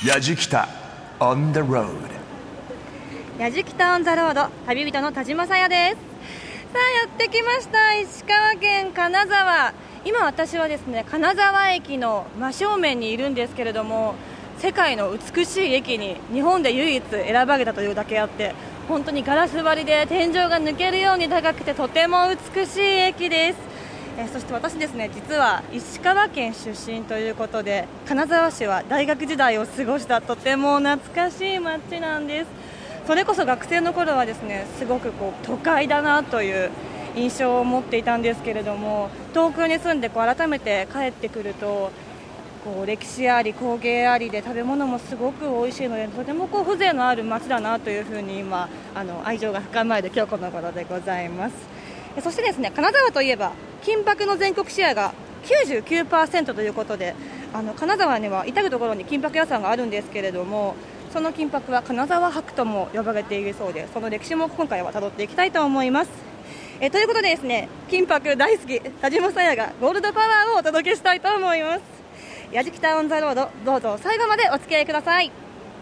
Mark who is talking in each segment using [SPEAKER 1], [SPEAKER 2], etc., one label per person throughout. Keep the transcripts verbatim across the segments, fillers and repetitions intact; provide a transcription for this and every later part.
[SPEAKER 1] やじきた on the road。
[SPEAKER 2] やじきた on the road、 旅人の田島さやです。さあやってきました、石川県金沢。今私はですね、金沢駅の真正面にいるんですけれども、世界の美しい駅に日本で唯一選ばれたというだけあって、本当にガラス張りで天井が抜けるように高くてとても美しい駅です。えそして私ですね、実は石川県出身ということで、金沢市は大学時代を過ごしたとても懐かしい街なんです。それこそ学生の頃はですね、すごくこう都会だなという印象を持っていたんですけれども、東京に住んでこう改めて帰ってくると、こう歴史あり工芸ありで食べ物もすごく美味しいので、とてもこう風情のある街だなというふうに今あの愛情が深まる今日この頃でございます。そしてですね、金沢といえば金箔の全国シェアが きゅうじゅうきゅうパーセント ということで、あの金沢には至る所に金箔屋さんがあるんですけれども、その金箔は金沢箔とも呼ばれているそうで、その歴史も今回は辿っていきたいと思います。えということでですね、金箔大好き田島さやがゴールドパワーをお届けしたいと思います。やじきたオンザロード、どうぞ最後までお付き合いください。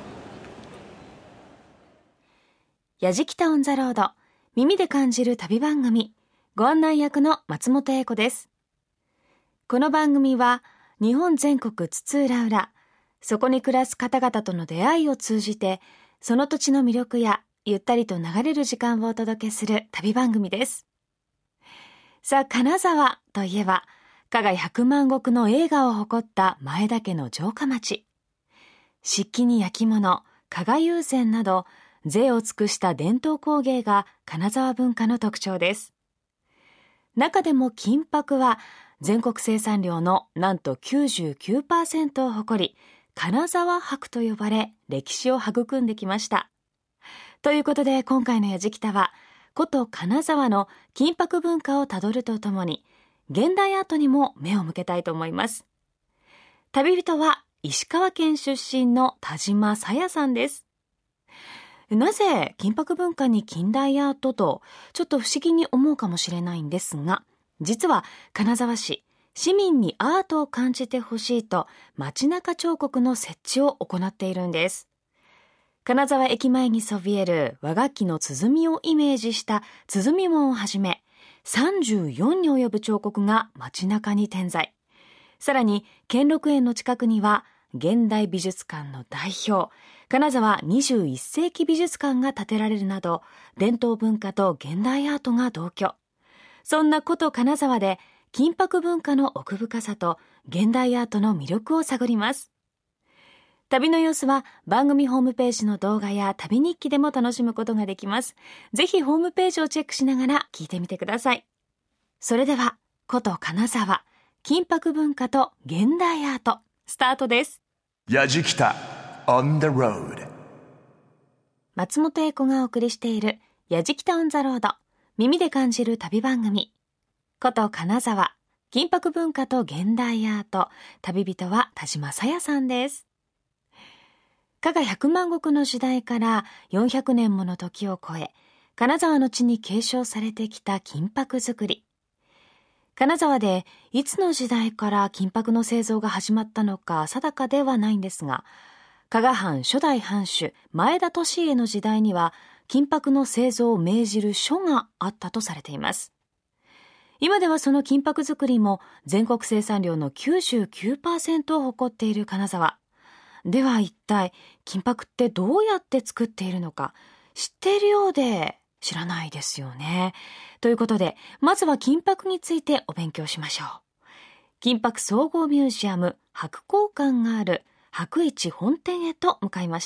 [SPEAKER 3] やじきたオンザロード、耳で感じる旅番組、ご案内役の松本英子です。この番組は日本全国津々浦々、そこに暮らす方々との出会いを通じて、その土地の魅力やゆったりと流れる時間をお届けする旅番組です。さあ、金沢といえば加賀百万石の栄華を誇った前田家の城下町。漆器に焼き物、加賀友禅など贅を尽くした伝統工芸が金沢文化の特徴です。中でも金箔は全国生産量のなんと きゅうじゅうきゅうパーセント を誇り、金沢箔と呼ばれ歴史を育んできました。ということで今回のやじきたは、古都金沢の金箔文化をたどるとともに、現代アートにも目を向けたいと思います。旅人は石川県出身の田島さやさんです。なぜ金箔文化に近代アートとちょっと不思議に思うかもしれないんですが、実は金沢市、市民にアートを感じてほしいと街中彫刻の設置を行っているんです。金沢駅前にそびえる和楽器の鼓をイメージした鼓門をはじめ、さんじゅうよんに及ぶ彫刻が街中に点在。さらに兼六園の近くには現代美術館の代表、金沢にじゅういっせいき美術館が建てられるなど、伝統文化と現代アートが同居。そんな古都金沢で金箔文化の奥深さと現代アートの魅力を探ります。旅の様子は番組ホームページの動画や旅日記でも楽しむことができます。ぜひホームページをチェックしながら聞いてみてください。それでは古都金沢、金箔文化と現代アート、スタートです。
[SPEAKER 1] やじきた on the road。
[SPEAKER 3] 松本英子がお送りしているやじきたオンザロード、耳で感じる旅番組、古都金沢、金箔文化と現代アート。旅人は田島さやさんです。加賀百万石の時代からよんひゃくねんもの時を超え、金沢の地に継承されてきた金箔作り。金沢でいつの時代から金箔の製造が始まったのか定かではないんですが、加賀藩初代藩主前田利家の時代には金箔の製造を命じる書があったとされています。今ではその金箔作りも全国生産量の きゅうじゅうきゅうパーセント を誇っている金沢。では一体金箔ってどうやって作っているのか、知っているようで知らないですよね。ということで、まずは金箔についてお勉強しましょう。金箔総合ミュージアム箔工館がある箔市本店へと向かいました。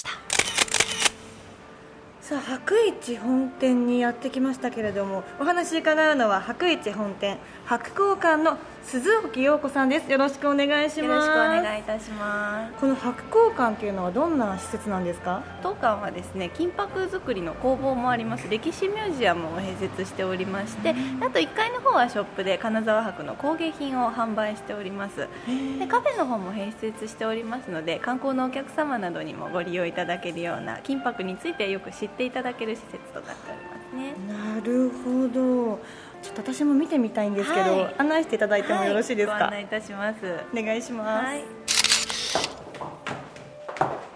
[SPEAKER 2] さあ、箔市本店にやってきましたけれども、お話伺うのは箔市本店箔工館の鈴沖陽子さんです。よろしくお願いします。
[SPEAKER 4] よろしくお願いいたします。
[SPEAKER 2] この箔工館というのはどんな施設なんですか？
[SPEAKER 4] 当館はですね、金箔作りの工房もあります歴史ミュージアムを併設しておりまして、あといっかいの方はショップで金沢箔の工芸品を販売しております。でカフェの方も併設しておりますので、観光のお客様などにもご利用いただけるような金箔についてよく知っていただける施設となっておりますね。
[SPEAKER 2] なるほど。ちょっと私も見てみたいんですけど、はい、案内していただいてもよろしいですか？
[SPEAKER 4] はい、ご案内いたします。
[SPEAKER 2] お願いします。
[SPEAKER 4] はい、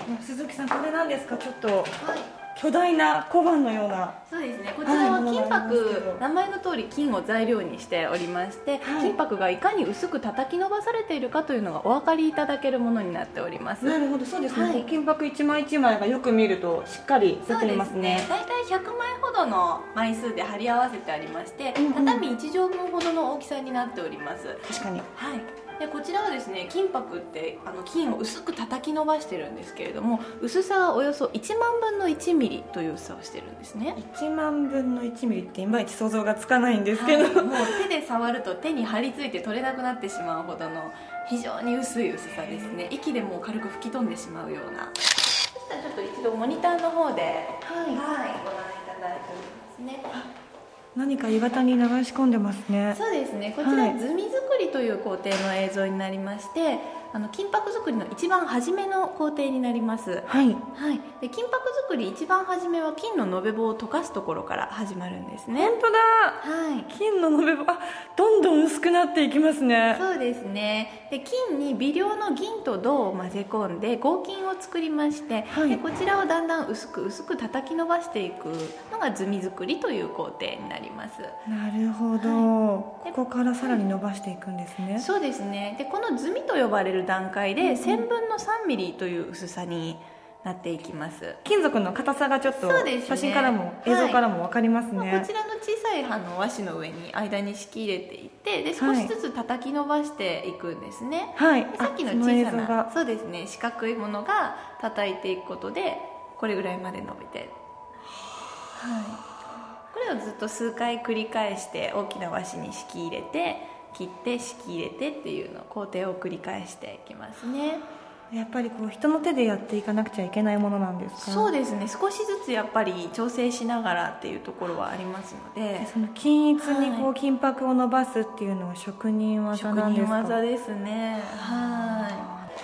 [SPEAKER 2] 鈴木さん、これなんですか？ちょっと、
[SPEAKER 4] はい、
[SPEAKER 2] 巨大な小判のような。
[SPEAKER 4] そうですね、こちらは金箔、名前の通り金を材料にしておりまして、はい、金箔がいかに薄く叩き伸ばされているかというのがお分かりいただけるものになっております。
[SPEAKER 2] なるほど、そうですね、はい、金箔一枚一枚がよく見るとしっかり出ていますね。
[SPEAKER 4] だいたいひゃくまいほどの枚数で貼り合わせてありまして、うんうん、畳いちじょうぶんほどの大きさになっております。
[SPEAKER 2] 確かに、
[SPEAKER 4] はい、でこちらはですね、金箔ってあの金を薄く叩き伸ばしてるんですけれども、薄さはおよそいちまんぶんのいちミリという薄さをしてるんですね。
[SPEAKER 2] いちまんぶんのいちミリっていまいち想像がつかないんですけど、はい、
[SPEAKER 4] もう手で触ると手に張り付いて取れなくなってしまうほどの非常に薄い薄さですね。息でもう軽く吹き飛んでしまうような。そしたらちょっと一度モニターの方で、はいはい、ご覧いただいておりますね。
[SPEAKER 2] 何か鋳型に流し込んでますね。
[SPEAKER 4] そうですね、こちら、はい、図見作りという工程の映像になりまして、あの金箔作りの一番初めの工程になります。
[SPEAKER 2] はい、
[SPEAKER 4] はい、で金箔作り一番初めは金の延べ棒を溶かすところから始まるんですね。
[SPEAKER 2] 本当だ、
[SPEAKER 4] はい、
[SPEAKER 2] 金の延べ棒、あ、どんどん薄くなっていきますね。
[SPEAKER 4] そうですね、で金に微量の銀と銅を混ぜ込んで合金を作りまして、はい、でこちらをだんだん薄く薄く叩き伸ばしていくのが図見作りという工程になります。
[SPEAKER 2] なるほど、はい、ここからさらに伸ばしていくんですね。
[SPEAKER 4] そうですね、でこの図見と呼ばれる段階でせんぶんのさんミリという薄さになっていきます。
[SPEAKER 2] 金属の硬さがちょっと写真からも、ね、映像からも分かりますね。
[SPEAKER 4] はい、こちらの小さいあの和紙の上に間に敷き入れていってで少しずつ叩き伸ばしていくんですね。
[SPEAKER 2] はい、
[SPEAKER 4] でさっきの小さなそうですね、四角いものが叩いていくことでこれぐらいまで伸びて、はい、これをずっと数回繰り返して大きな和紙に敷き入れて切って敷き入れてっていうの工程を繰り返していきますね。
[SPEAKER 2] やっぱりこう人の手でやっていかなくちゃいけないものなんですか？
[SPEAKER 4] そうですね、少しずつやっぱり調整しながらっていうところはありますので、
[SPEAKER 2] その均一にこう金箔を伸ばすっていうのは職人技なんですか？
[SPEAKER 4] 職人技ですね。はい、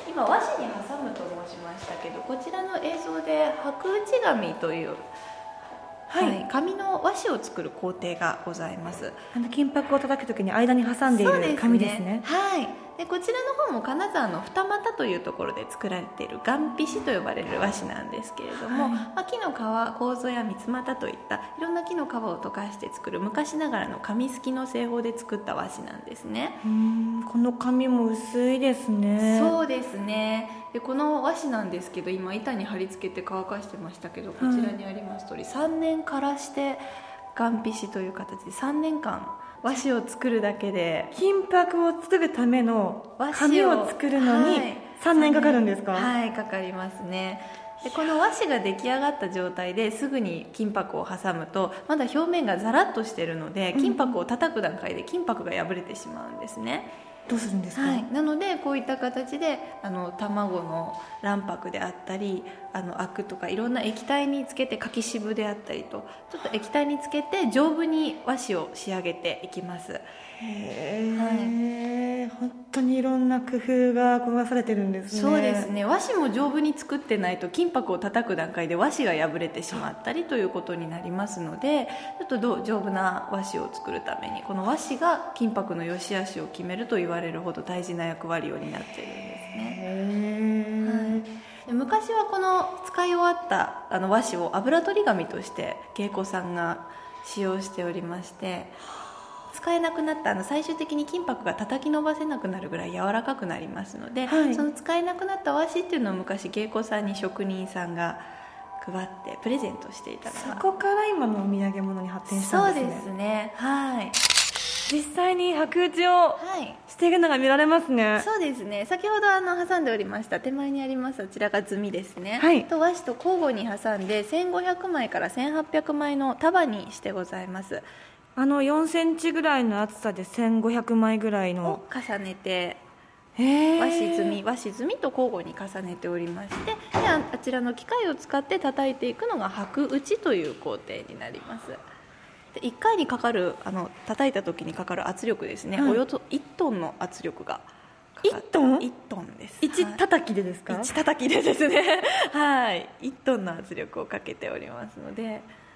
[SPEAKER 4] 今和紙に挟むと申しましたけど、こちらの映像で箔打ち紙という、はいはい、紙の和紙を作る工程がございます。
[SPEAKER 2] あの金箔を叩くときに間に挟んでいる紙ですね。
[SPEAKER 4] はい、でこちらの方も金沢の二俣というところで作られている岩皮紙と呼ばれる和紙なんですけれども、はい、まあ、木の皮、楮や三つ股といったいろんな木の皮を溶かして作る昔ながらの紙すきの製法で作った和紙なんですね。
[SPEAKER 2] うーん、この紙も薄いですね。
[SPEAKER 4] そうですね、でこの和紙なんですけど、今板に貼り付けて乾かしてましたけど、こちらにあります通り、はい、さんねんからして岩皮紙という形でさんねんかん和紙を作るだけで、
[SPEAKER 2] 金箔を作るための紙を作るのにさんねんかかるんですか？
[SPEAKER 4] はい、はい、かかりますね。でこの和紙が出来上がった状態ですぐに金箔を挟むとまだ表面がザラッとしているので、金箔を叩く段階で金箔が破れてしまうんですね。
[SPEAKER 2] どうするんですか？
[SPEAKER 4] はい、なのでこういった形であの卵の卵白であったりあのアクとかいろんな液体につけて柿渋であったりとちょっと液体につけて丈夫に和紙を仕上げていきます。
[SPEAKER 2] へー、はい、本当にいろんな工夫が凝らされてるんですね。
[SPEAKER 4] そうですね、和紙も丈夫に作ってないと金箔を叩く段階で和紙が破れてしまったりということになりますので、ちょっとどう丈夫な和紙を作るためにこの和紙が金箔の良し悪しを決めると言われるほど大事な役割を担っているんですね。
[SPEAKER 2] へー、
[SPEAKER 4] はい、で昔はこの使い終わったあの和紙を油取り紙として芸妓さんが使用しておりまして、使えなくなったあの最終的に金箔が叩き伸ばせなくなるぐらい柔らかくなりますので、はい、その使えなくなった和紙っていうのを昔芸妓さんに職人さんが配ってプレゼントしていたのが、
[SPEAKER 2] そこから今のお土産物に発展したんですね。
[SPEAKER 4] そうですね、はい、
[SPEAKER 2] 実際に箔打ちをしているのが見られますね。はい、
[SPEAKER 4] そうですね、先ほどあの挟んでおりました手前にありますこちらが図見ですね、
[SPEAKER 2] はい、
[SPEAKER 4] と和紙と交互に挟んでせんごひゃくまいからせんはっぴゃくまいの束にしてございます。
[SPEAKER 2] あのよんセンチぐらいの厚さでせんごひゃくまいぐらいの
[SPEAKER 4] を重ねて、
[SPEAKER 2] へー、
[SPEAKER 4] 和紙積み和紙積みと交互に重ねておりまして、で あ, あちらの機械を使って叩いていくのが箔打ちという工程になります。でいっかいにかかるあの叩いた時にかかる圧力ですね、はい、およそいちトンの圧力が
[SPEAKER 2] いちトン ?いち
[SPEAKER 4] トンです。
[SPEAKER 2] いち叩きでですか？
[SPEAKER 4] いち叩きでですねはい、いちトンの圧力をかけておりますので、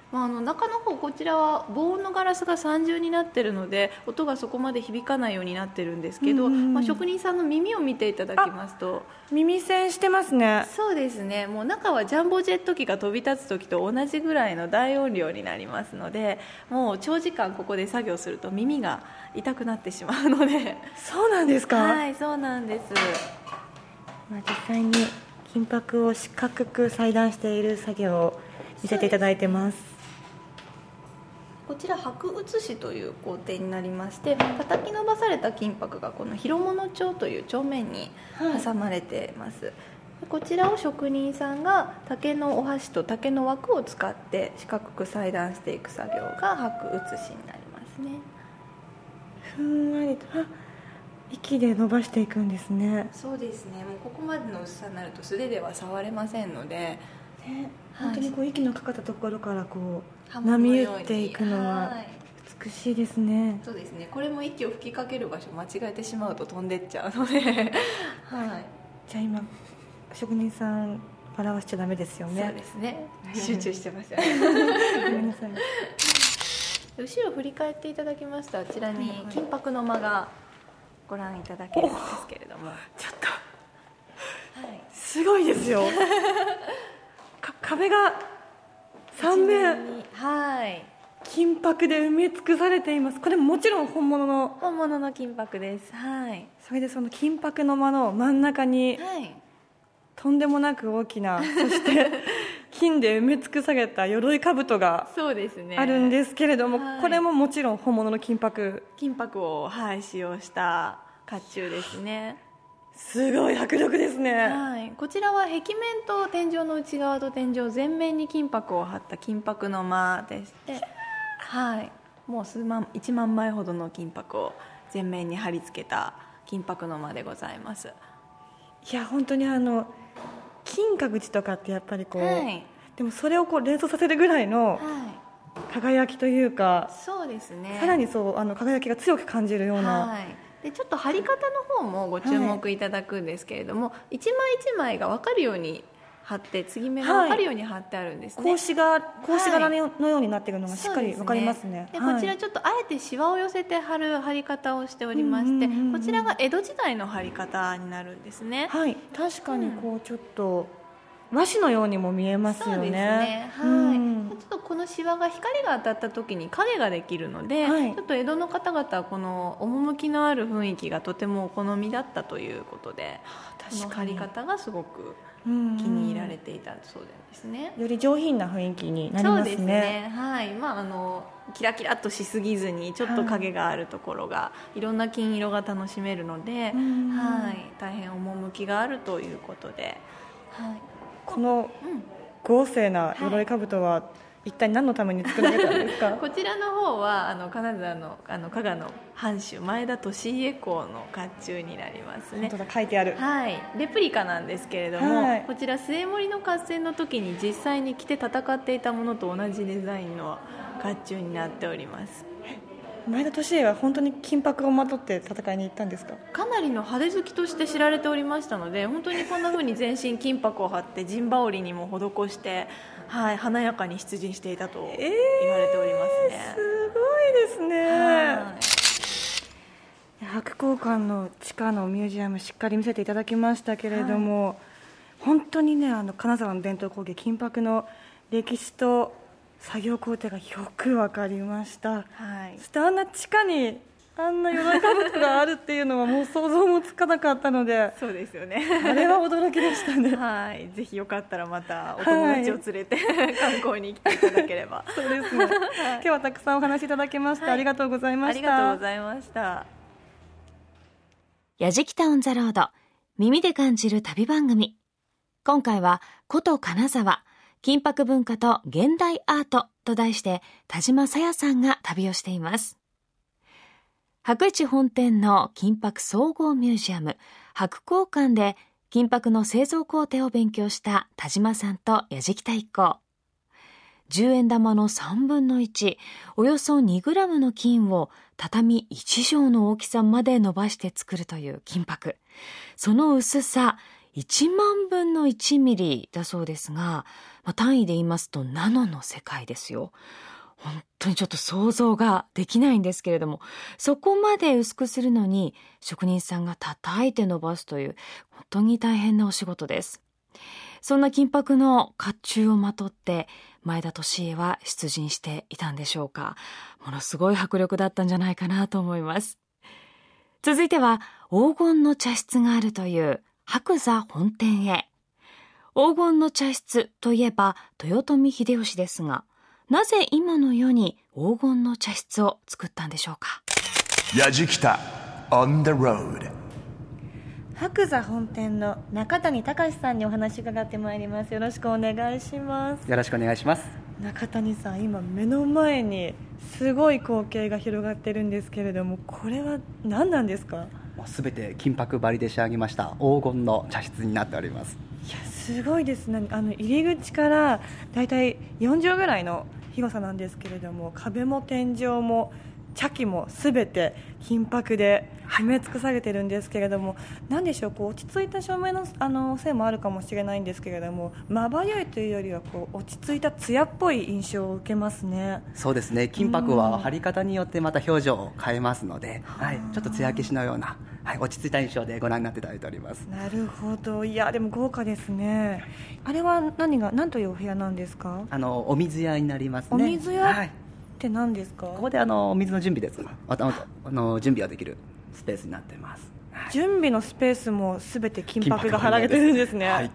[SPEAKER 4] まあ、あの中の方こちらは防音のガラスが三重になってるので音がそこまで響かないようになってるんですけど、
[SPEAKER 2] うんうんうん、
[SPEAKER 4] まあ、職人さんの耳を見ていただきますと
[SPEAKER 2] 耳栓してますね。
[SPEAKER 4] そうですね、もう中はジャンボジェット機が飛び立つ時と同じぐらいの大音量になりますので、もう長時間ここで作業すると耳が痛くなってしまうので。
[SPEAKER 2] そうなんですか。
[SPEAKER 4] はい、そうなんです。
[SPEAKER 2] まあ、実際に金箔を四角く裁断している作業を見せていただいてます。
[SPEAKER 4] こちら箔写しという工程になりまして、叩き伸ばされた金箔がこの広物帳という帳面に挟まれています、はい、こちらを職人さんが竹のお箸と竹の枠を使って四角く裁断していく作業が箔写しになりますね。
[SPEAKER 2] ふんわりと、あ、息で伸ばしていくんですね。
[SPEAKER 4] そうですね、もうここまでの薄さになると素手では触れませんので、ね、
[SPEAKER 2] 本当にこう息のかかったところからこう波打っていくのは美しいですね。
[SPEAKER 4] そうですね、これも息を吹きかける場所間違えてしまうと飛んでっちゃうので、はい、
[SPEAKER 2] じゃあ今職人さん笑わしちゃダメですよね。
[SPEAKER 4] そうですね、集中してましたね
[SPEAKER 2] ごめんなさい。
[SPEAKER 4] 後ろ振り返っていただきましたあちらに金箔の間がご覧いただけるんですけれども、
[SPEAKER 2] ちょっと、はい、すごいですよか壁がさんめん、
[SPEAKER 4] はい、
[SPEAKER 2] 金箔で埋め尽くされています。これもちろん本物の
[SPEAKER 4] 本物の金箔です、はい、
[SPEAKER 2] それでその金箔の間の真ん中に、
[SPEAKER 4] はい、
[SPEAKER 2] とんでもなく大きな、そして金で埋め尽くされた鎧兜があるんですけれども、
[SPEAKER 4] はい、
[SPEAKER 2] これももちろん本物の金箔
[SPEAKER 4] 金箔を、はい、使用した甲冑ですね。
[SPEAKER 2] すごい迫力ですね、
[SPEAKER 4] はい、こちらは壁面と天井の内側と天井全面に金箔を貼った金箔の間でして、はい、もう数万いちまんまいほどの金箔を全面に貼り付けた金箔の間でございます。
[SPEAKER 2] いや本当にあの金閣寺とかってやっぱりこう、はい、でもそれをこう連想させるぐらいの輝きというか、
[SPEAKER 4] はい、そうですね、
[SPEAKER 2] さらにそうあの輝きが強く感じるような、
[SPEAKER 4] はい、でちょっと貼り方の方もご注目いただくんですけれども、はい、一枚一枚が分かるように貼って継ぎ目が分かるように貼ってあるんですね、
[SPEAKER 2] 格子が格子柄のようになっているのがしっかり分かりますね。
[SPEAKER 4] で、こちらちょっとあえてシワを寄せて貼る貼り方をしておりまして、こちらが江戸時代の貼り方になるんですね。
[SPEAKER 2] はい、確かにこうちょっと和紙のようにも見えますよね。
[SPEAKER 4] そうですね、はい、うん、ちょっとこのシワが光が当たった時に影ができるので、はい、ちょっと江戸の方々はこの趣のある雰囲気がとてもお好みだったということで、この貼り方がすごく気に入られていたそうですね。
[SPEAKER 2] より上品な雰囲気になりますね。そうですね、
[SPEAKER 4] はい、まあ、あのキラキラっとしすぎずにちょっと影があるところが、はい、いろんな金色が楽しめるので、はい、大変趣があるということで、はい、
[SPEAKER 2] この豪勢な鎧兜は一体何のために作られたんですか？
[SPEAKER 4] こちらの方はあの金沢のあの加賀の藩主前田利家公の甲冑になりますね。
[SPEAKER 2] 本当だ、書いてある、
[SPEAKER 4] はい、レプリカなんですけれども、はい、こちら末盛の合戦の時に実際に着て戦っていたものと同じデザインの甲冑になっております。
[SPEAKER 2] 前田利家は本当に金箔をまとって戦いに行ったんですか？
[SPEAKER 4] かなりの派手好きとして知られておりましたので、本当にこんな風に全身金箔を貼って陣羽織にも施して、はい、華やかに出陣していたと言われておりますね、
[SPEAKER 2] えー、すごいですね。博物館の地下のミュージアムしっかり見せていただきましたけれども、はい、本当にね、あの金沢の伝統工芸金箔の歴史と作業工程がよく分かりました、はい、そしてあんな地下にあんな鎧兜があるっていうのはもう想像もつかなかったのでそうですよね、あれは驚きでしたね
[SPEAKER 4] はい、ぜひよかったらまたお友達を連れて、はい、観光に来ていただければ
[SPEAKER 2] そうですね、はい、今日はたくさんお話しいただきまして、はい、ありがとうございました。
[SPEAKER 4] ありがとうございました。
[SPEAKER 3] やじきたオンザロード、耳で感じる旅番組。今回は古都金沢金箔文化と現代アートと題して田島さやさんが旅をしています。白市本店の金箔総合ミュージアム博工館で金箔の製造工程を勉強した田島さんとやじきた一行。じゅうえん玉のさんぶんのいち、およそにグラムの金を畳いちじょうの大きさまで伸ばして作るという金箔。その薄さいちまんぶんのいちミリだそうですが、まあ、単位で言いますとナノの世界ですよ。本当にちょっと想像ができないんですけれども、そこまで薄くするのに職人さんが叩いて伸ばすという本当に大変なお仕事です。そんな金箔の甲冑をまとって前田利家は出陣していたんでしょうか。ものすごい迫力だったんじゃないかなと思います。続いては黄金の茶室があるという白座本店へ。黄金の茶室といえば豊臣秀吉ですが、なぜ今の世に黄金の茶室を作ったんでしょうか。
[SPEAKER 1] やじきた on the road。
[SPEAKER 2] 白座本店の中谷隆さんにお話伺ってまいります。よろしくお願いします。
[SPEAKER 5] よろしくお願いします。
[SPEAKER 2] 中谷さん、今目の前にすごい光景が広がってるんですけれども、これは何なんですか？
[SPEAKER 5] すべて金箔張りで仕上げました黄金の茶室になっております。
[SPEAKER 2] いや、すごいですね。あの入り口からだいたいよんじょうぐらいの広さなんですけれども、壁も天井も茶器もすべて金箔で埋め尽くされてるんですけれども、何でしょう、こう落ち着いた照明の、あのせいもあるかもしれないんですけれども、まばゆいというよりはこう落ち着いた艶っぽい印象を受けますね。
[SPEAKER 5] そうですね、金箔は貼り方によってまた表情を変えますので、はい、ちょっと艶消しのような、はい、落ち着いた印象でご覧になっていただいております。
[SPEAKER 2] なるほど。いやでも豪華ですね。あれは何が何というお部屋なんですか？
[SPEAKER 5] あのお水屋になりますね。
[SPEAKER 2] お水屋、
[SPEAKER 5] はい、
[SPEAKER 2] って何ですか？
[SPEAKER 5] ここであのお水の準備ですが、あとあの準備ができるスペースになっています。はい、
[SPEAKER 2] 準備のスペースもすべて金箔が貼られてるんですね。
[SPEAKER 5] はい、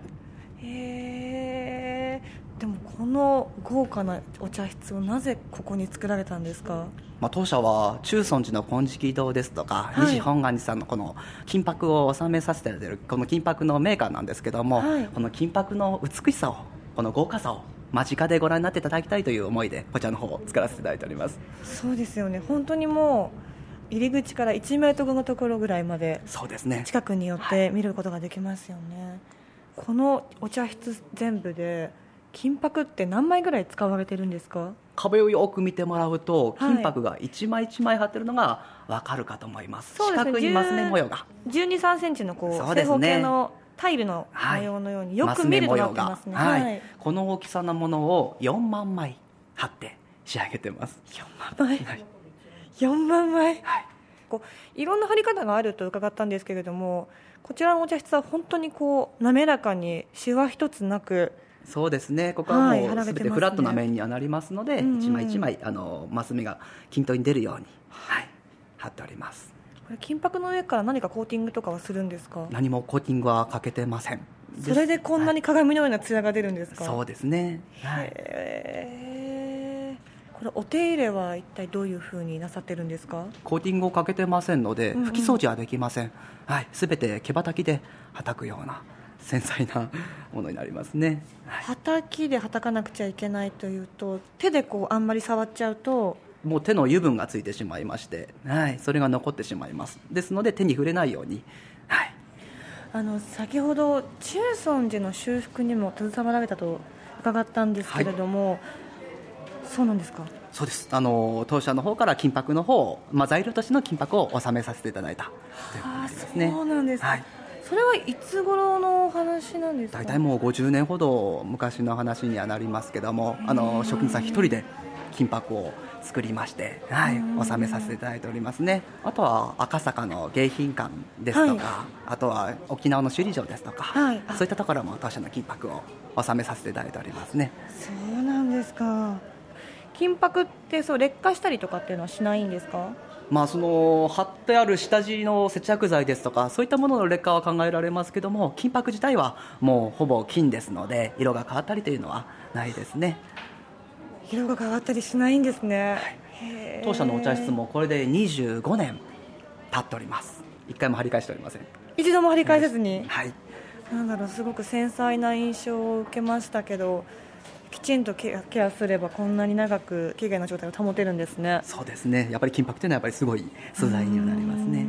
[SPEAKER 2] へー。でもこの豪華なお茶室をなぜここに作られたんですか？
[SPEAKER 5] まあ、当社は中尊寺の金色堂ですとか、
[SPEAKER 2] はい、
[SPEAKER 5] 西本願寺さんのこの金箔を収めさせているこの金箔のメーカーなんですけども、はい、この金箔の美しさを、この豪華さを間近でご覧になっていただきたいという思いでこちらの方を作らせていただいております。
[SPEAKER 2] そうですよね。本当にもう入り口からいちメートルのところぐらいまで、
[SPEAKER 5] そうですね、
[SPEAKER 2] 近くに寄って見ることができますよね。はい、このお茶室全部で金箔って何枚ぐらい使われてるんですか？
[SPEAKER 5] 壁をよく見てもらうと金箔がいちまいいちまい貼ってるのが分かるかと思います。四角いマス目模様が
[SPEAKER 2] じゅうに、さんセンチのこう正方形のタイルの模様のようによく見るとなってますね。
[SPEAKER 5] はいはい、この大きさのものをよんまんまい貼って仕上げてます。
[SPEAKER 2] よんまんまい、はい、よんまんまい、はい、こういろんな貼り方があると伺ったんですけれども、こちらのお茶室は本当にこう滑らかにシワ一つなく。
[SPEAKER 5] そうですね、ここはもう
[SPEAKER 2] はい、
[SPEAKER 5] すべてフラットな面にはなりますので、
[SPEAKER 2] うんうん、
[SPEAKER 5] 一枚一枚あのマス目が均等に出るように、はい、貼っております。
[SPEAKER 2] これ金箔の上から何かコーティングとかはするんですか？
[SPEAKER 5] 何もコーティングはかけてません。
[SPEAKER 2] それでこんなに鏡のような艶が出るんですか？
[SPEAKER 5] はい、そうですね。
[SPEAKER 2] はい、へー。これお手入れは一体どういうふうになさってるんですか？
[SPEAKER 5] コーティングをかけてませんので、拭き掃除はできません。はい、すべて毛羽たきではたくような繊細なものになりますね。
[SPEAKER 2] はたきではたかなくちゃいけないというと、手でこうあんまり触っちゃうと
[SPEAKER 5] もう手の油分がついてしまいまして、はい、それが残ってしまいます。ですので手に触れないように、はい、
[SPEAKER 2] あの先ほど中尊寺の修復にも携わられたと伺ったんですけれども、はい、そうなんですか？
[SPEAKER 5] そうです。あの当社の方から金箔の方を、まあ、材料としての金箔を納めさせていただいたということですね。
[SPEAKER 2] そうなんですか。はい、それはいつ頃のお話なんですか？
[SPEAKER 5] 大体もうごじゅうねんほど昔の話にはなりますけども、あの職人さん一人で金箔を作りまして、はい、納めさせていただいておりますね。あとは赤坂の迎賓館ですとか、はい、あとは沖縄の首里城ですとか、はい、そういったところも当社の金箔を納めさせていただいておりますね。
[SPEAKER 2] そうなんですか。金箔ってそう劣化したりとかっていうのはしないんですか？
[SPEAKER 5] まあ、その貼ってある下地の接着剤ですとかそういったものの劣化は考えられますけども、金箔自体はもうほぼ金ですので色が変わったりというのはないですね。
[SPEAKER 2] 色が変わったりしないんですね。はい、
[SPEAKER 5] 当社のお茶室もこれでにじゅうごねん経っております。一回も張り替えしておりません。
[SPEAKER 2] 一度も張り替えせずに、
[SPEAKER 5] はい、
[SPEAKER 2] なんだろう、すごく繊細な印象を受けましたけど、きちんとケア、ケアすればこんなに長く綺麗な状態を保てるんですね。
[SPEAKER 5] そうですね、やっぱり金箔というのはやっぱりすごい素材にはなりますね。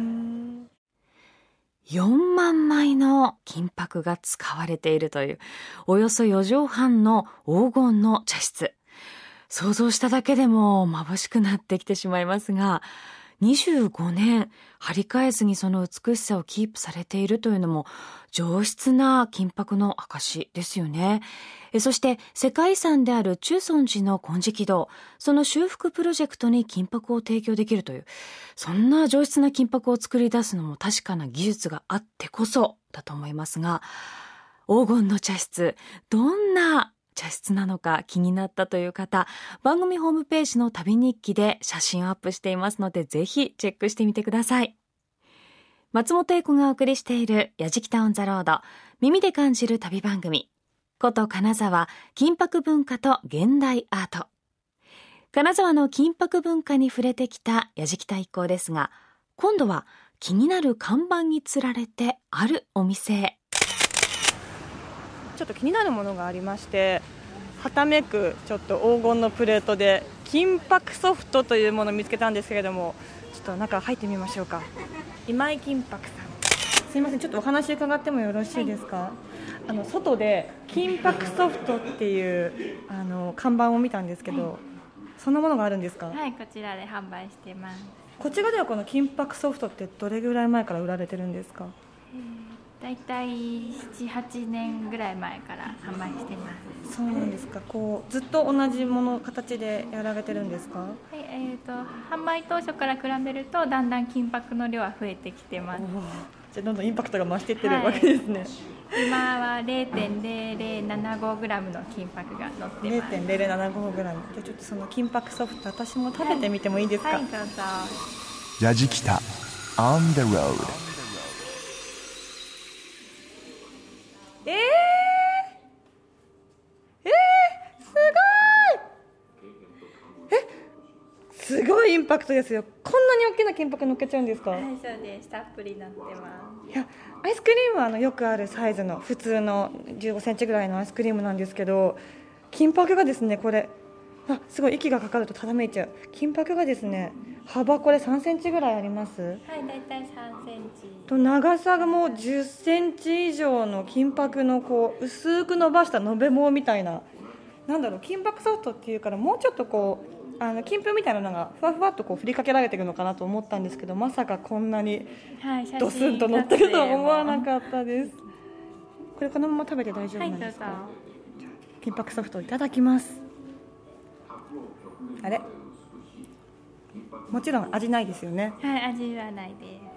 [SPEAKER 3] よんまんまいの金箔が使われているというおよそよじょうはんの黄金の茶室、想像しただけでも眩しくなってきてしまいますが、 にじゅうごねん張り替えずにその美しさをキープされているというのも上質な金箔の証ですよね。そして世界遺産である中尊寺の金色堂、その修復プロジェクトに金箔を提供できるという、そんな上質な金箔を作り出すのも確かな技術があってこそだと思いますが、黄金の茶室、どんな茶室なのか気になったという方、番組ホームページの旅日記で写真をアップしていますので、ぜひチェックしてみてください。松本英子がお送りしているやじきたオンザロード、耳で感じる旅番組、古都金沢金箔文化と現代アート。金沢の金箔文化に触れてきたやじきた一行ですが、今度は気になる看板につられてあるお店へ。
[SPEAKER 2] ちょっと気になるものがありまして、はためくちょっと黄金のプレートで金箔ソフトというものを見つけたんですけれども、ちょっと中入ってみましょうか。今井金箔さん、すいません、ちょっとお話伺ってもよろしいですか？はい、あの外で金箔ソフトっていうあの看板を見たんですけど、はい、そんなものがあるんですか？
[SPEAKER 4] はい、こちらで販売しています。
[SPEAKER 2] こちらではこの金箔ソフトってどれぐらい前から売られてるんですか？
[SPEAKER 4] だいたいなな、はちねんぐらい前から販売しています。
[SPEAKER 2] そうなんですか。こうずっと同じもの形でやられてるんですか？はい、
[SPEAKER 4] えーと、販売当初から比べるとだんだん金箔の量は増えてきてます。
[SPEAKER 2] じゃあどんどんインパクトが増していってるわけですね。はい、
[SPEAKER 4] 今は れいてんぜろぜろななごグラム の金箔が乗ってます。
[SPEAKER 2] れいてんぜろぜろななごグラム。 じゃあちょっとその金箔ソフト私も食べてみてもいいですか？
[SPEAKER 4] はい、はい、どうぞ。
[SPEAKER 1] やじきた On the road。
[SPEAKER 2] えー、えー、すごいえすごいインパクトですよ。こんなに大きな金箔乗っけちゃうんですか？
[SPEAKER 4] はい、そうです。たっぷり乗ってます。
[SPEAKER 2] いや、アイスクリームはあのよくあるサイズの普通のじゅうごセンチぐらいのアイスクリームなんですけど、金箔がですね、これあすごい息がかかるとただめいちゃう。金箔がですね、幅これさんセンチぐらいあります。はい、
[SPEAKER 4] だいたいさんセンチ
[SPEAKER 2] と、長さがもうじゅっセンチ以上の金箔のこう薄く伸ばした延べ棒みたいな、なんだろう、金箔ソフトっていうからもうちょっとこうあの金粉みたいなのがふわふわっとこう振りかけられてるのかなと思ったんですけど、まさかこんなにドスンと乗ってるとは思わなかったです。これこのまま食べて大丈夫なんですか？はい、金箔ソフトいただきます。あれ、もちろん味ないですよね？
[SPEAKER 4] はい、味はないです。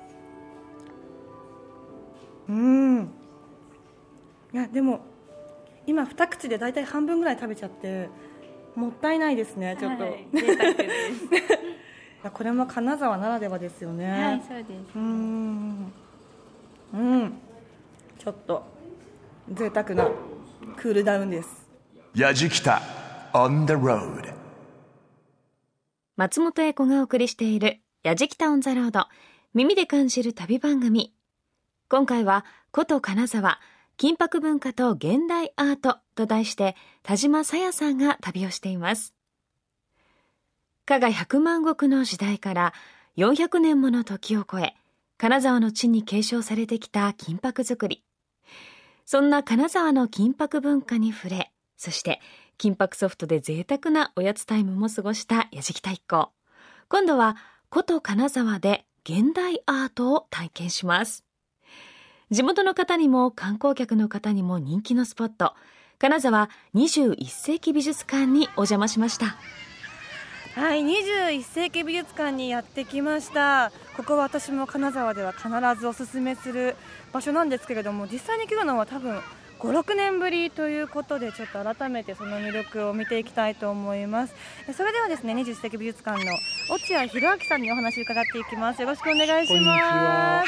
[SPEAKER 2] うーん、いやでも今二口でだいたい半分ぐらい食べちゃってもったいないですね。ちょっと、はい、
[SPEAKER 4] 贅沢です
[SPEAKER 2] これも金沢ならではですよね。
[SPEAKER 4] はい、そうです。
[SPEAKER 2] うーん、うん、ちょっと贅沢なクールダウンです。
[SPEAKER 1] やじきた On the road。
[SPEAKER 3] 松本英子がお送りしているやじきたオンザロード、耳で感じる旅番組。今回は古都金沢金箔文化と現代アートと題して田島さやさんが旅をしています。加賀百万石の時代からよんひゃくねんもの時を超え、金沢の地に継承されてきた金箔作り。そんな金沢の金箔文化に触れ、そして金箔ソフトで贅沢なおやつタイムも過ごしたやじきた一行。今度は古都金沢で現代アートを体験します。地元の方にも観光客の方にも人気のスポット、金沢にじゅういっせいき美術館にお邪魔しました。
[SPEAKER 2] はい、にじゅういっせいき美術館にやってきました。ここは私も金沢では必ずおすすめする場所なんですけれども、実際に来るのは多分ご、ろくねんぶりということで、ちょっと改めてその魅力を見ていきたいと思います。それではですね、にじゅういっせいき美術館の落合博明さんにお話を伺っていきます。よろしくお願いします。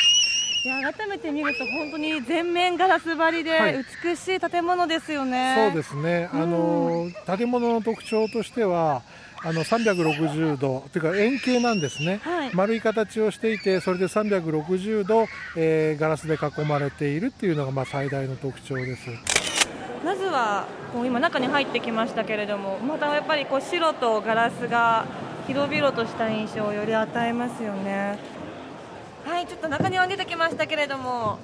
[SPEAKER 2] いや、改めて見ると本当に全面ガラス張りで美しい建物ですよね。
[SPEAKER 6] はい、そうですね、あの建物の特徴としてはあのさんびゃくろくじゅうどというか円形なんですね。はい、丸い形をしていて、それでさんびゃくろくじゅうど、えー、ガラスで囲まれているっていうのがまあ最大の特徴です。
[SPEAKER 2] まずはこう今中に入ってきましたけれども、またやっぱりこう白とガラスが広々とした印象をより与えますよね。はい、ちょっと中庭に出てきましたけれども、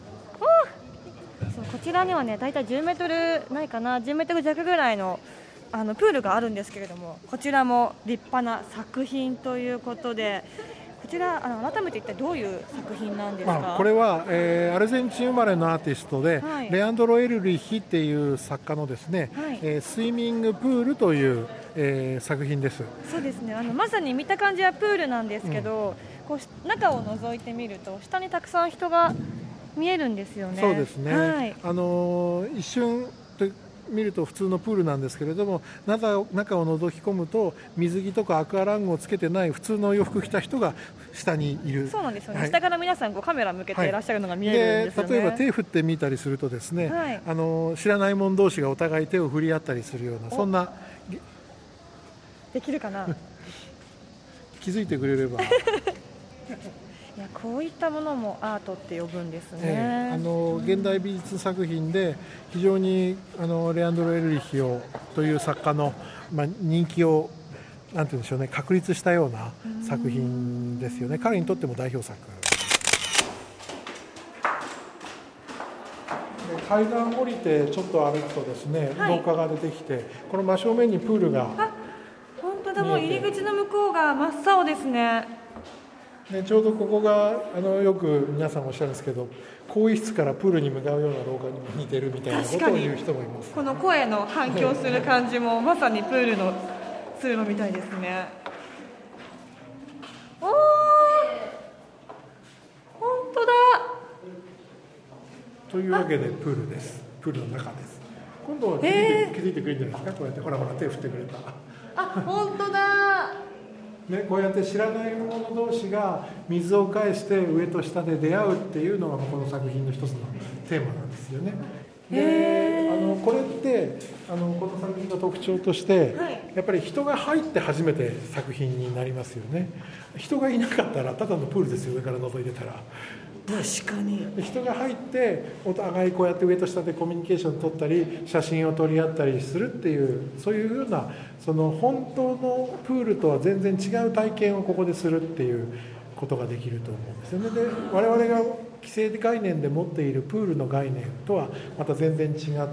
[SPEAKER 2] そうこちらにはね、だいたいじゅうメートルないかな、じゅうメートル弱ぐらいのあのプールがあるんですけれども、こちらも立派な作品ということで、こちらあの改めて一体どういう作品なんですか？
[SPEAKER 6] まあ、これは、えー、アルゼンチン生まれのアーティストで、はい、レアンドロ・エルリヒっていう作家のですね、はい、えー、スイミングプールという、えー、作品です。
[SPEAKER 2] そうですね、あのまさに見た感じはプールなんですけど、うん、こう中を覗いてみると下にたくさん人が見えるんですよね。
[SPEAKER 6] そうですね、
[SPEAKER 2] はい、
[SPEAKER 6] あのー、一瞬見ると普通のプールなんですけれども、中を、中を覗き込むと水着とかアクアラングをつけてない普通の洋服着た人が下にいる。
[SPEAKER 2] そうなんですよね、はい、下から皆さんこうカメラ向けていらっしゃるのが見えるんですよね。
[SPEAKER 6] で、例えば手振ってみたりするとですね、はい、あの知らない者同士がお互い手を振り合ったりするような、そんな。
[SPEAKER 2] できるかな
[SPEAKER 6] 気づいてくれれば
[SPEAKER 2] いや、こういったものもアートって呼ぶんですね、
[SPEAKER 6] えー、あの現代美術作品で非常にあのレアンドロ・エルリヒをという作家の、まあ、人気をなんて言うんでしょうね、確立したような作品ですよね。彼にとっても代表作で、階段降りてちょっと歩くとですね、はい、廊下が出てきて、この真正面にプールが、
[SPEAKER 2] あ、本当だ、もう入り口の向こうが真っ青ですね。
[SPEAKER 6] ね、ちょうどここがあのよく皆さんおっしゃるんですけど、更衣室からプールに向かうような廊下にも似てるみたいなことを言う人もいます。
[SPEAKER 2] この声の反響する感じもまさにプールの通路みたいですね。おー、本当だ。
[SPEAKER 6] というわけでプールです。プールの中です。今度は気づいて、気づいてくれるんじゃないですか。こうやってほらほら手振ってくれた。
[SPEAKER 2] あ、本当だ。
[SPEAKER 6] ね、こうやって知らない者同士が水を介して上と下で出会うっていうのがこの作品の一つのテーマなんですよね。で、あのこれってあのこの作品の特徴として、はい、やっぱり人が入って初めて作品になりますよね。人がいなかったらただのプールですよ、上から覗いてたら。
[SPEAKER 2] 確かに
[SPEAKER 6] 人が入ってお互いこうやって上と下でコミュニケーションを取ったり写真を撮り合ったりするっていう、そういうようなその本当のプールとは全然違う体験をここでするっていうことができると思うんですよね。で、我々が既成概念で持っているプールの概念とはまた全然違って、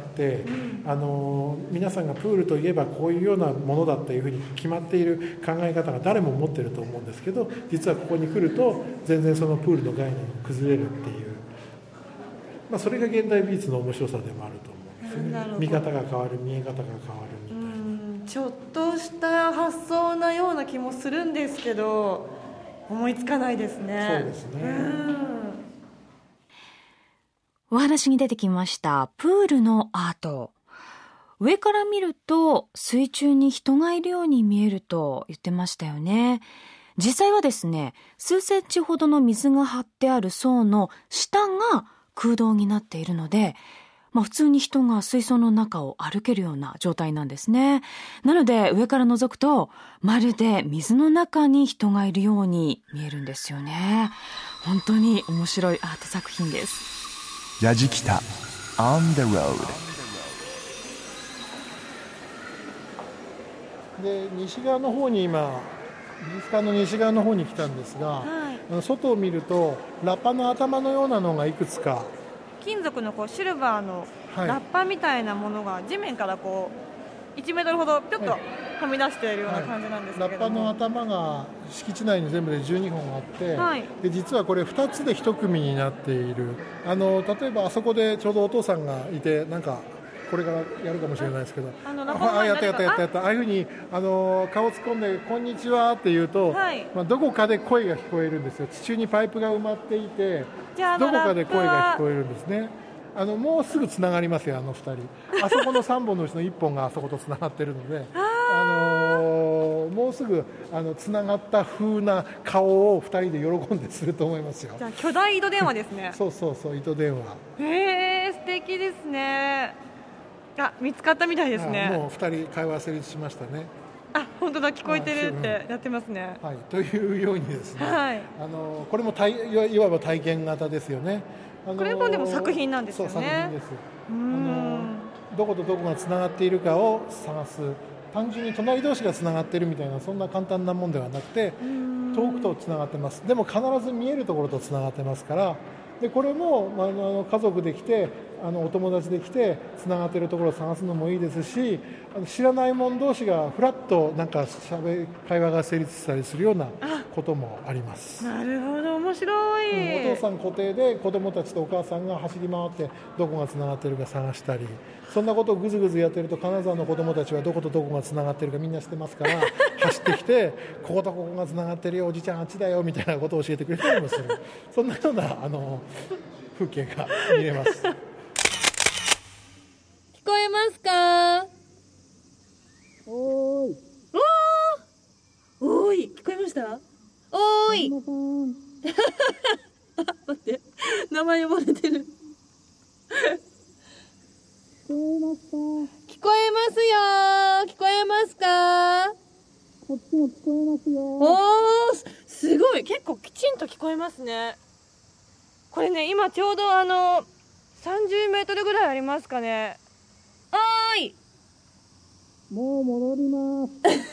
[SPEAKER 6] うん、あの皆さんがプールといえばこういうようなものだっていうふうに決まっている考え方が誰も持っていると思うんですけど、実はここに来ると全然そのプールの概念が崩れるっていう、まあ、それが現代美術の面白さでもあると思うんですよね。見方が変わる、見え方が変わるみたいな、うん、
[SPEAKER 2] ちょっとした発想なような気もするんですけど思いつかないですね。
[SPEAKER 6] そうですね、うん。
[SPEAKER 3] お話に出てきましたプールのアート、上から見ると水中に人がいるように見えると言ってましたよね。実際はですね、数センチほどの水が張ってある層の下が空洞になっているので、まあ、普通に人が水槽の中を歩けるような状態なんですね。なので上から覗くとまるで水の中に人がいるように見えるんですよね。本当に面白いアート作品です。
[SPEAKER 1] やじきた On the road。
[SPEAKER 6] で、西側の方に今美術館の西側の方に来たんですが、はい、外を見るとラッパの頭のようなのがいくつか、
[SPEAKER 2] 金属のこうシルバーのラッパみたいなものが地面からこういちメートルほどピョッとはみ出しているような感じなんですけれども、
[SPEAKER 6] はいはい、ラッパの頭が敷地内に全部でじゅうにほんあって、はい、で実はこれふたつでいち組になっている。あの例えばあそこでちょうどお父さんがいて、なんかこれからやるかもしれないですけど、
[SPEAKER 2] あのあ
[SPEAKER 6] あやったやったやったやったああいうふうにあの顔突っ込んでこんにちはって言うと、はい、まあ、どこかで声が聞こえるんですよ。地中にパイプが埋まっていて、どこかで声が聞こえるんですね。あのもうすぐつながりますよ、あのふたり。あそこのさんぼんのうちのいっぽんがあそことつながってるのであのー、もうすぐあのつながった風な顔をふたりで喜んですると思いますよ。
[SPEAKER 2] じゃあ巨大糸電話ですね。
[SPEAKER 6] そうそうそう、糸電話。
[SPEAKER 2] へー、素敵ですね。あ、見つかったみたいですね。
[SPEAKER 6] もうふたり会話成立しましたね。
[SPEAKER 2] あ、本当だ、聞こえてるってやってますね。
[SPEAKER 6] はい、というようにですね、
[SPEAKER 2] はい、
[SPEAKER 6] あのこれも体いわば体験型ですよね。あの
[SPEAKER 2] これもでも作品なんですよね。
[SPEAKER 6] そう、作品です。あのどことどこがつながっているかを探す、単純に隣同士がつながっているみたいなそんな簡単なもんではなくて、遠くとつながってます。でも必ず見えるところとつながってますから。でこれもあの家族で来てあのお友達で来てつながっているところを探すのもいいですし、あの知らない者同士がフラッとなんかしゃべ会話が成立したりするようなこともあります。
[SPEAKER 2] なるほど、面白い、
[SPEAKER 6] うん、お父さん固定で子供たちとお母さんが走り回ってどこがつながっているか探したり、そんなことをぐずぐずやってると金沢の子供たちはどことどこがつながっているかみんな知ってますから走ってきてこことここがつながってるよ、おじちゃんあっちだよみたいなことを教えてくれたりもするそんなようなあの風景が見れます
[SPEAKER 2] 聞こえますか？
[SPEAKER 7] おーい。
[SPEAKER 2] おーおーい、聞こえました？おーいあ、待って、名前呼ばれてる
[SPEAKER 7] 聞こえますか？
[SPEAKER 2] 聞こえますよー。聞こえますか？
[SPEAKER 7] こっちも聞こえますよ。
[SPEAKER 2] おー、すごい、結構きちんと聞こえますね。これね、今ちょうどあのさんじゅうメートルぐらいありますかね。おーい、
[SPEAKER 7] もう戻ります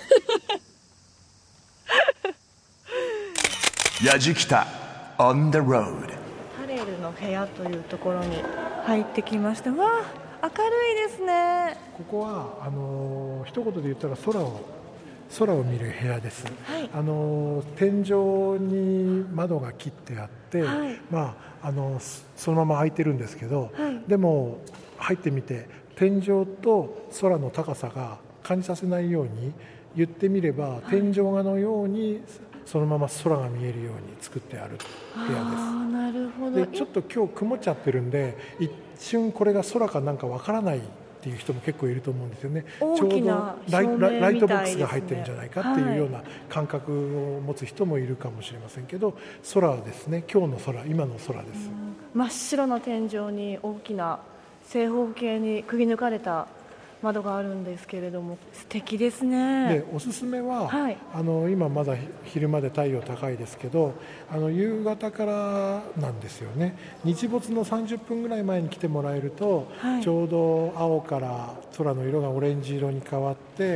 [SPEAKER 1] やじきた on the road。
[SPEAKER 2] タレルの部屋というところに入ってきました。わあ、明るいですね。
[SPEAKER 6] ここはあの一言で言ったら空を空を見る部屋です、はい、あの天井に窓が切ってあって、はい、まあ、あのそのまま開いてるんですけど、はい、でも入ってみて天井と空の高さが感じさせないように、言ってみれば、はい、天井画のようにそのまま空が見えるように作ってある部屋です。
[SPEAKER 2] あ、なるほど。
[SPEAKER 6] でちょっと今日曇っちゃってるんで一瞬これが空かなんかわからないっていう人も結構いると思うんですよね。ちょうどライ、ライトボックスが入ってるんじゃないかっていうような感覚を持つ人もいるかもしれませんけど、空はですね、今日の空、今の空です。
[SPEAKER 2] 真っ白な天井に大きな正方形にくり抜かれた窓があるんですけれども、素敵ですね。
[SPEAKER 6] でおすすめは、
[SPEAKER 2] はい、あ
[SPEAKER 6] の今まだ昼間で太陽高いですけど、あの夕方からなんですよね。日没のさんじゅっぷんぐらい前に来てもらえると、はい、ちょうど青から空の色がオレンジ色に変わって、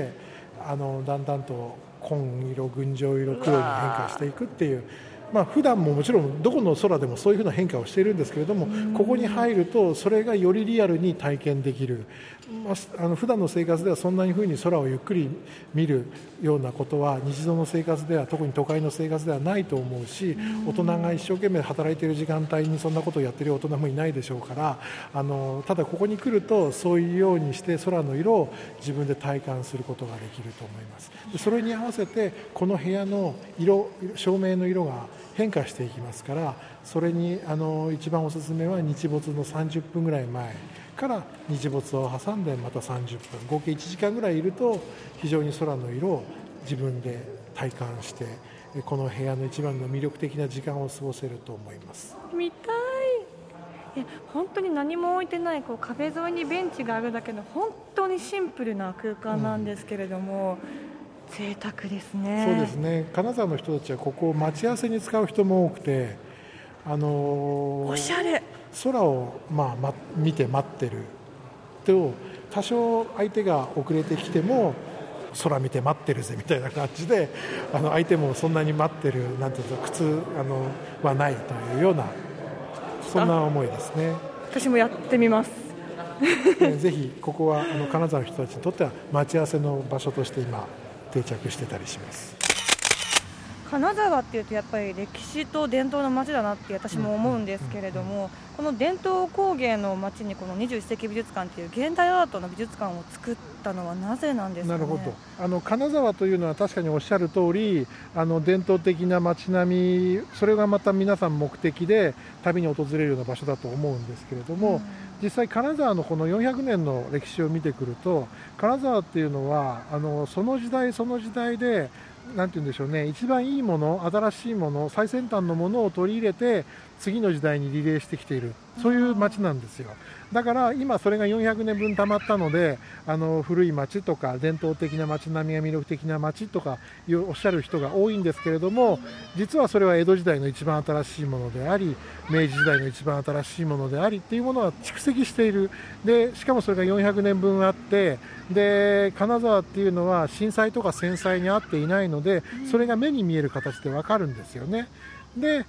[SPEAKER 6] あのだんだんと紺色、群青色、黒に変化していくっていう、まあ、普段ももちろんどこの空でもそういうふうな変化をしているんですけれども、ここに入るとそれがよりリアルに体験できる。あの普段の生活ではそんなに風に空をゆっくり見るようなことは日常の生活では、特に都会の生活ではないと思うし、大人が一生懸命働いている時間帯にそんなことをやっている大人もいないでしょうから、あのただここに来るとそういうようにして空の色を自分で体感することができると思います。でそれに合わせてこの部屋の色、照明の色が変化していきますから、それにあの一番おすすめは日没のさんじゅっぷんぐらい前から日没を挟んでまたさんじゅっぷん、合計いちじかんぐらいいると非常に空の色を自分で体感して、この部屋の一番の魅力的な時間を過ごせると思います。
[SPEAKER 2] 見たい。いや本当に何も置いてない、こう壁沿いにベンチがあるだけの本当にシンプルな空間なんですけれども、うん、贅沢ですね。
[SPEAKER 6] そうですね。金沢の人たちはここを待ち合わせに使う人も多くて、あのー、
[SPEAKER 2] おしゃれ。
[SPEAKER 6] 空を、まあ、ま、見て待ってると、多少相手が遅れてきても空見て待ってるぜみたいな感じで、あの相手もそんなに待ってるなんていうか苦痛あのはないというような、そんな思いですね。
[SPEAKER 2] 私もやってみます
[SPEAKER 6] ぜひここはあの金沢の人たちにとっては待ち合わせの場所として今定着してたりします。
[SPEAKER 2] 金沢っていうとやっぱり歴史と伝統の街だなって私も思うんですけれども、この伝統工芸の街にこのにじゅういっ世紀美術館っていう現代アートの美術館を作ったのはなぜなんですかね。
[SPEAKER 6] なるほど。あの金沢というのは確かにおっしゃる通り、あの伝統的な街並み、それがまた皆さん目的で旅に訪れるような場所だと思うんですけれども、うん、実際金沢のこのよんひゃくねんの歴史を見てくると、金沢っていうのはあのその時代その時代でなんて言うんでしょうね、一番いいもの、新しいもの、最先端のものを取り入れて次の時代にリレーしてきている、そういう街なんですよ。だから今それがよんひゃくねんぶん溜まったので、あの古い街とか伝統的な街並みが魅力的な街とかおっしゃる人が多いんですけれども、実はそれは江戸時代の一番新しいものであり、明治時代の一番新しいものでありっていうものが蓄積している。でしかもそれがよんひゃくねんぶんあって、で金沢っていうのは震災とか戦災にあっていないので、それが目に見える形で分かるんですよね。で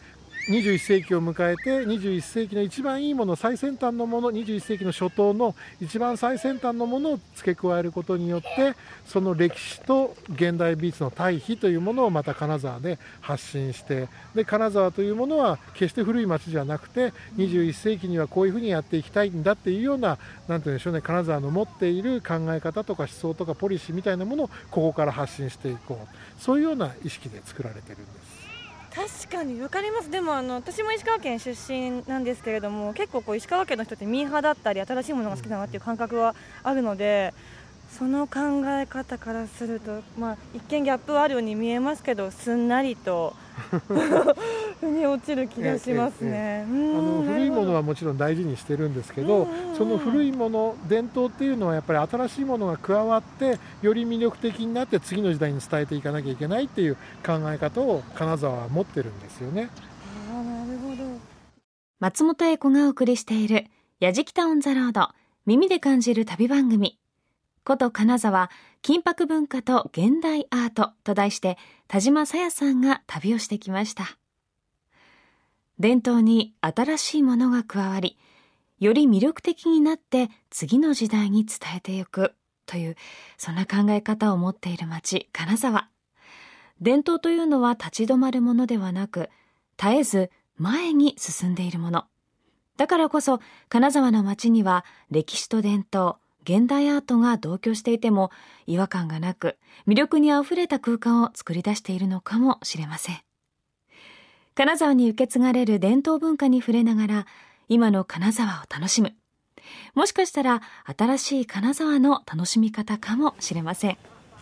[SPEAKER 6] にじゅういっ世紀を迎えてにじゅういっ世紀の一番いいもの、最先端のもの、にじゅういっ世紀の初頭の一番最先端のものを付け加えることによって、その歴史と現代美術の対比というものをまた金沢で発信して、で金沢というものは決して古い町じゃなくてにじゅういっ世紀にはこういうふうにやっていきたいんだっていうような、なんていうんでしょうね、金沢の持っている考え方とか思想とかポリシーみたいなものをここから発信していこう、そういうような意識で作られてるんです。
[SPEAKER 2] 確かに分かります。でもあの私も石川県出身なんですけれども、結構こう石川県の人ってミーハーだったり新しいものが好きだなっていう感覚はあるので、その考え方からすると、まあ、一見ギャップはあるように見えますけど、すんなりと腑に落ちる気がしますね。
[SPEAKER 6] ええええ、あの古いものはもちろん大事にしてるんですけど、その古いもの、伝統っていうのはやっぱり新しいものが加わってより魅力的になって次の時代に伝えていかなきゃいけないっていう考え方を金沢は持ってるんですよね。
[SPEAKER 2] あ、なるほど。
[SPEAKER 3] 松本英子がお送りしているやじきたオンザロード、耳で感じる旅番組、古都金沢金箔文化と現代アートと題して田島さやさんが旅をしてきました。伝統に新しいものが加わり、より魅力的になって次の時代に伝えていくという、そんな考え方を持っている町金沢。伝統というのは立ち止まるものではなく、絶えず前に進んでいるものだからこそ、金沢の町には歴史と伝統、現代アートが同居していても違和感がなく、魅力にあふれた空間を作り出しているのかもしれません。金沢に受け継がれる伝統文化に触れながら、今の金沢を楽しむ。もしかしたら新しい金沢の楽しみ方かもしれません。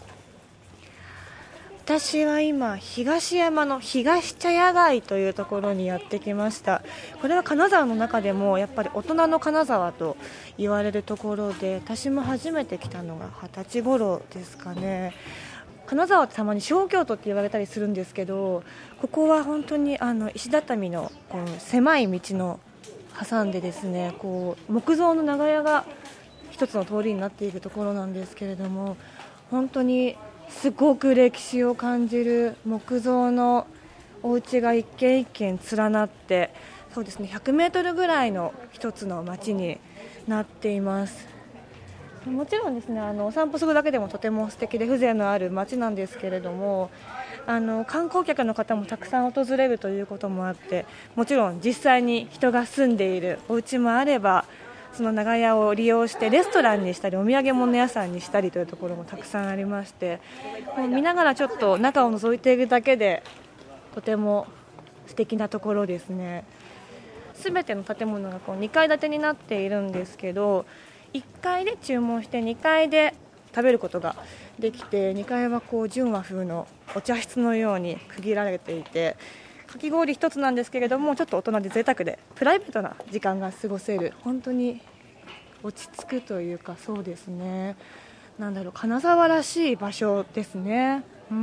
[SPEAKER 2] 私は今東山の東茶屋街というところにやってきました。これは金沢の中でもやっぱり大人の金沢と言われるところで、私も初めて来たのが二十歳頃ですかね。金沢ってたまに小京都って言われたりするんですけど、ここは本当にあの石畳のこの狭い道の挟んでですね、こう木造の長屋が一つの通りになっているところなんですけれども、本当にすごく歴史を感じる木造のお家が一軒一軒連なって、そうですね、ひゃくメートルぐらいの一つの町になっています。もちろんですね、あのお散歩するだけでもとても素敵で風情のある町なんですけれども、あの観光客の方もたくさん訪れるということもあって、もちろん実際に人が住んでいるお家もあれば、その長屋を利用してレストランにしたりお土産物屋さんにしたりというところもたくさんありまして、もう見ながらちょっと中を覗いているだけでとても素敵なところですね。すべての建物がこうにかい建てになっているんですけど、いっかいで注文してにかいで食べることができて、にかいはこう純和風のお茶室のように区切られていて、かき氷一つなんですけれども、ちょっと大人で贅沢でプライベートな時間が過ごせる、本当に落ち着くというか、そうですね、なんだろう、金沢らしい場所ですね。うん、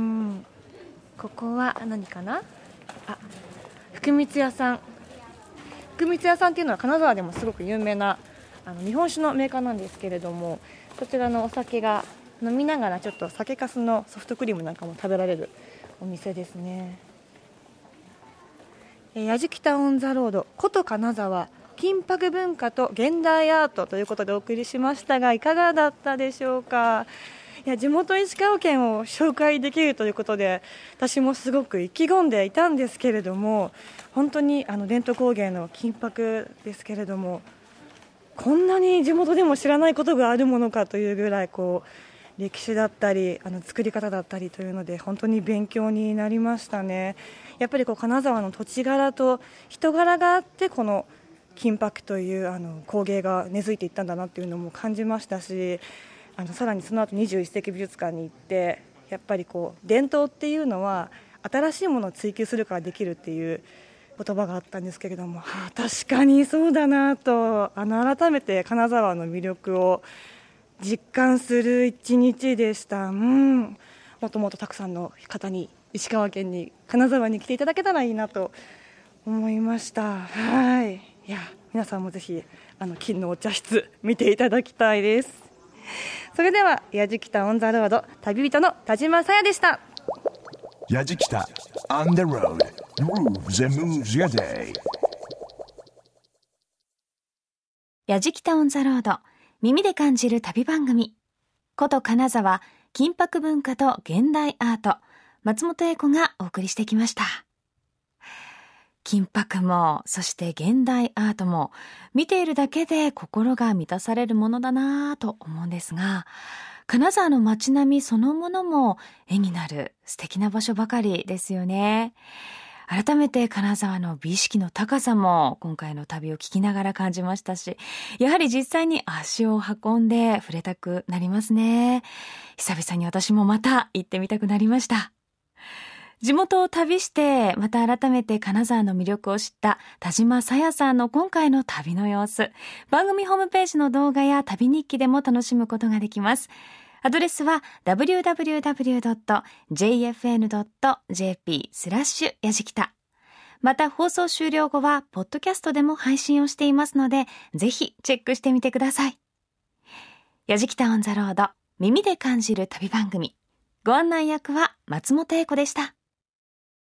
[SPEAKER 2] ここは何かな、あ、福光屋さん。福光屋さんっていうのは金沢でもすごく有名なあの日本酒のメーカーなんですけれども、こちらのお酒が飲みながらちょっと酒粕のソフトクリームなんかも食べられるお店ですね。やじきたオンザロード、古都金沢金箔文化と現代アートということでお送りしましたが、いかがだったでしょうか。いや、地元石川県を紹介できるということで、私もすごく意気込んでいたんですけれども、本当にあの伝統工芸の金箔ですけれども、こんなに地元でも知らないことがあるものかというぐらい、こう歴史だったりあの作り方だったりというので本当に勉強になりましたね。やっぱりこう金沢の土地柄と人柄があって、この金箔というあの工芸が根付いていったんだなというのも感じましたし、あのさらにその後にじゅういっ世紀美術館に行って、やっぱりこう伝統っていうのは新しいものを追求するからできるっていう言葉があったんですけれども、はあ、確かにそうだなと、あの改めて金沢の魅力を実感する一日でした。うん、もっともっとたくさんの方に石川県に金沢に来ていただけたらいいなと思いました。はい、いや皆さんもぜひあの金のお茶室見ていただきたいです。それではやじきたオンザロード、旅人の田島さやでした。
[SPEAKER 1] やじきた On the road grooves and moves your day.
[SPEAKER 3] やじきたオンザロード、耳で感じる旅番組。古都金沢、金箔文化と現代アート、松本英子がお送りしてきました。金箔も、そして現代アートも、見ているだけで心が満たされるものだなぁと思うんですが、金沢の街並みそのものも絵になる素敵な場所ばかりですよね。改めて金沢の美意識の高さも今回の旅を聞きながら感じましたし、やはり実際に足を運んで触れたくなりますね。久々に私もまた行ってみたくなりました。地元を旅してまた改めて金沢の魅力を知った田島さやさんの今回の旅の様子、番組ホームページの動画や旅日記でも楽しむことができます。アドレスは ダブリューダブリューダブリュードットジェイエフエヌドットジェーピースラッシュやじきた。また放送終了後はポッドキャストでも配信をしていますので、ぜひチェックしてみてください。やじきたオンザロード、耳で感じる旅番組。ご案内役は松本英子でした。